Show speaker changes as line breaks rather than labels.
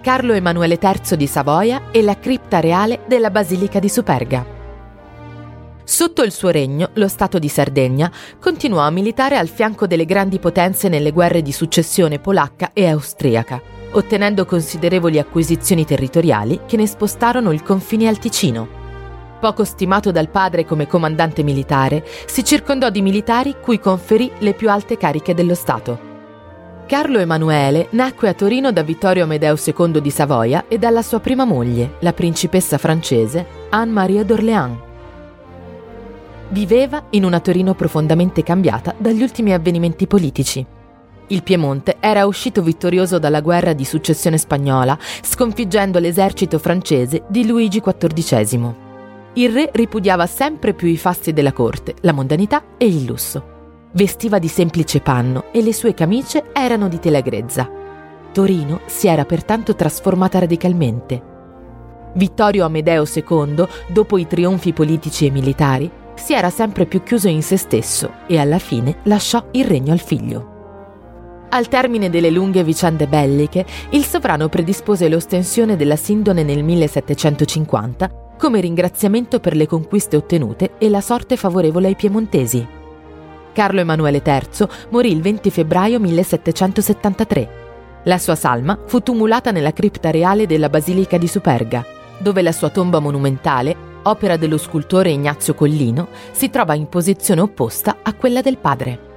Carlo Emanuele III di Savoia e la cripta reale della Basilica di Superga. Sotto il suo regno, lo Stato di Sardegna continuò a militare al fianco delle grandi potenze nelle guerre di successione polacca e austriaca, ottenendo considerevoli acquisizioni territoriali che ne spostarono il confine al Ticino. Poco stimato dal padre come comandante militare, si circondò di militari cui conferì le più alte cariche dello Stato. Carlo Emanuele nacque a Torino da Vittorio Amedeo II di Savoia e dalla sua prima moglie, la principessa francese Anne-Marie d'Orléans. Viveva in una Torino profondamente cambiata dagli ultimi avvenimenti politici. Il Piemonte era uscito vittorioso dalla guerra di successione spagnola, sconfiggendo l'esercito francese di Luigi XIV. Il re ripudiava sempre più i fasti della corte, la mondanità e il lusso. Vestiva di semplice panno e le sue camicie erano di tela grezza. Torino si era pertanto trasformata radicalmente. Vittorio Amedeo II, dopo i trionfi politici e militari, si era sempre più chiuso in se stesso e alla fine lasciò il regno al figlio. Al termine delle lunghe vicende belliche, il sovrano predispose l'ostensione della Sindone nel 1750 come ringraziamento per le conquiste ottenute e la sorte favorevole ai piemontesi. Carlo Emanuele III morì il 20 febbraio 1773. La sua salma fu tumulata nella cripta reale della Basilica di Superga, dove la sua tomba monumentale, opera dello scultore Ignazio Collino, si trova in posizione opposta a quella del padre.